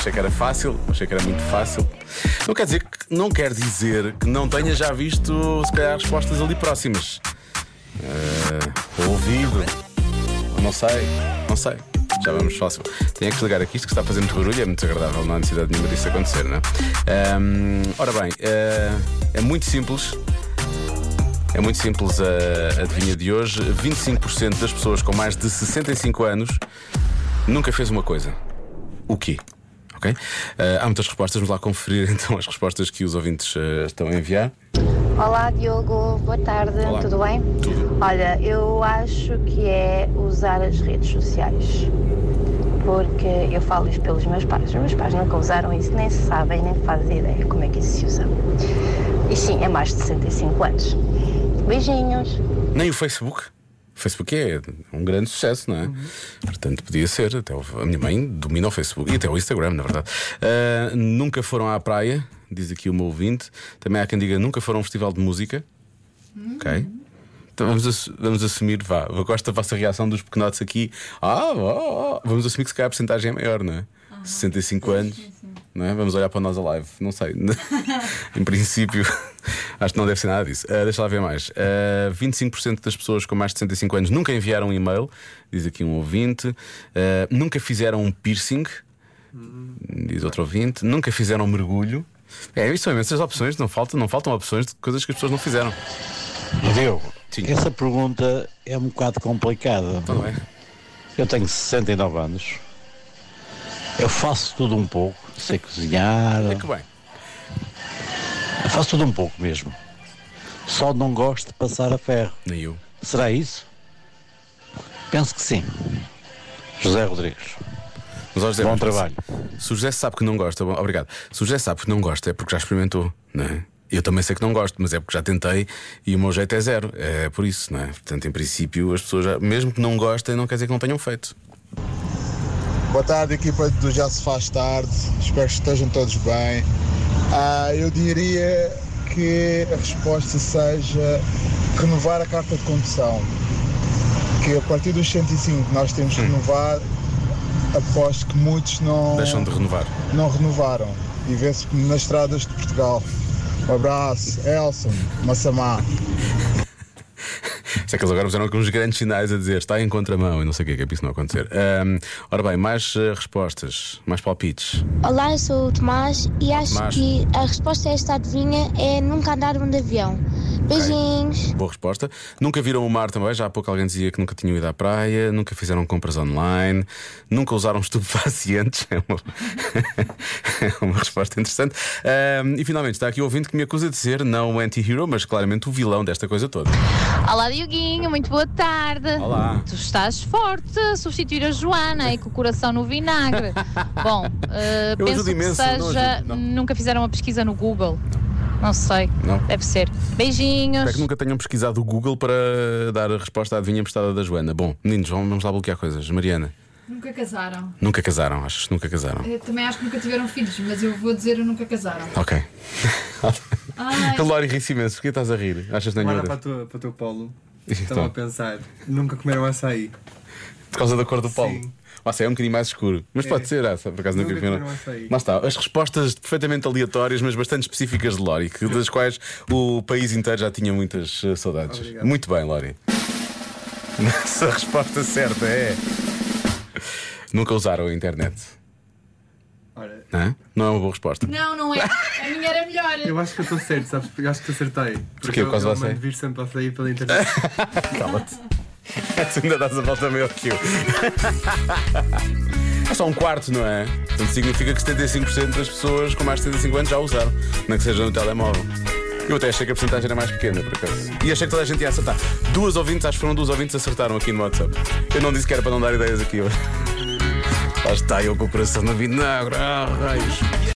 achei que era fácil, achei que era muito fácil. Não quer dizer que não tenha já visto, se calhar, respostas ali próximas. Ou ouvido. Não sei. Já vamos fácil. Tenho que desligar aqui, isto que está a fazer muito barulho, é muito desagradável, não há necessidade nenhuma disso acontecer, não é? Ora bem, é muito simples. É muito simples a adivinha de hoje. 25% das pessoas com mais de 65 anos nunca fez uma coisa. O quê? Ok? Há muitas respostas, vamos lá conferir então as respostas que os ouvintes estão a enviar. Olá Diogo, boa tarde, Olá. tudo bem? Tudo. Olha, eu acho que é usar as redes sociais, porque eu falo isto pelos meus pais. Os meus pais nunca usaram isso, nem sabem, nem fazem ideia como é que isso se usa. E sim, é mais de 65 anos. Beijinhos. Nem o Facebook. O Facebook é um grande sucesso, não é? Portanto, podia ser. Até a minha mãe domina o Facebook e até o Instagram, na verdade. Nunca foram à praia, diz aqui o meu ouvinte. Também há quem diga nunca foram a um festival de música. Ok. Então vamos assumir, vá. Eu gosto da vossa reação dos pequenotes aqui. Vamos assumir que se calhar a porcentagem é maior, não é? 65 anos. Sim. Não é? Vamos olhar para nós a live. Não sei. Em princípio, acho que não deve ser nada disso. Deixa lá ver mais. 25% das pessoas com mais de 65 anos nunca enviaram um e-mail, diz aqui um ouvinte. Nunca fizeram um piercing, diz outro ouvinte. Nunca fizeram um mergulho. Isso são imensas opções. Não faltam opções de coisas que as pessoas não fizeram. Diogo, Sim. essa pergunta é um bocado complicada. Então não é? Eu tenho 69 anos. Eu faço tudo um pouco. Sei cozinhar. É que bem. Eu faço tudo um pouco mesmo. Só não gosto de passar a ferro. Nem eu. Será isso? Penso que sim. José Rodrigues. Mas, ó, José, Bom trabalho. Se o José sabe que não gosta, obrigado. Se o José sabe que não gosta, é porque já experimentou, não é? Eu também sei que não gosto, mas é porque já tentei e o meu jeito é zero. É por isso, não é? Portanto, em princípio, as pessoas, mesmo que não gostem, não quer dizer que não tenham feito. Boa tarde, equipa do Já Se Faz Tarde. Espero que estejam todos bem. Eu diria que a resposta seja renovar a carta de condução. Que a partir dos 105 nós temos que renovar. Aposto que muitos Deixam de renovar. não renovaram. E vê-se nas estradas de Portugal. Um abraço, Elson, Massamá. Sei que eles agora fizeram alguns grandes sinais a dizer está em contramão e não sei o que é para isso não acontecer. Ora bem, mais respostas, mais palpites. Olá, eu sou o Tomás e acho Tomás. que a resposta a esta adivinha é nunca andaram de avião. Beijinhos. Boa resposta. Nunca viram o mar também, já há pouco alguém dizia que nunca tinham ido à praia, nunca fizeram compras online, nunca usaram estupefacientes. É uma resposta interessante. E finalmente está aqui o ouvinte que me acusa de ser não o anti-hero, mas claramente o vilão desta coisa toda. Olá Dioguinho, muito boa tarde. Olá. Tu estás forte a substituir a Joana e com o coração no vinagre. Bom, Eu penso ajudo que imenso, não seja. ajudo, não. Nunca fizeram uma pesquisa no Google. Não sei, Não. deve ser. Beijinhos. Espero que nunca tenham pesquisado o Google para dar a resposta à adivinha emprestada da Joana. Bom, meninos, vamos lá bloquear coisas. Mariana, Nunca casaram. nunca casaram, achas que nunca casaram? Eu também acho que nunca tiveram filhos, mas eu vou dizer eu nunca casaram. Ok. Ai, A Lori ri-se imenso, porquê estás a rir? Achas que não é Olha nenhuma para o teu polo. Então. Estava a pensar, nunca comeram açaí. Por causa da cor do polo? Sim. O açaí é um bocadinho mais escuro. Mas pode ser, por acaso nunca Nunca comeram. comeram açaí. Lá está, as respostas perfeitamente aleatórias, mas bastante específicas de Lori, das quais o país inteiro já tinha muitas saudades. Obrigado. Muito bem, Lori. Mas a resposta certa é. Nunca usaram a internet. Olha, Não é? Não é uma boa resposta. não é. A minha era melhor. eu acho que eu estou certo, sabes? Eu acho que acertei. Porquê? Eu, Por causa do eu açaí? mando vir sempre a sair pela internet. Cala-te. Tu ainda dás a volta maior que eu. É só um quarto, não é? Portanto, significa que 75% das pessoas com mais de 75 anos já usaram, não que seja no telemóvel. Eu até achei que a porcentagem era mais pequena, por acaso. E achei que toda a gente ia acertar. Duas ouvintes, acho que foram duas ouvintes, acertaram aqui no WhatsApp. Eu não disse que era para não dar ideias aqui hoje. Lá está eu com o coração no vinagre. Raios.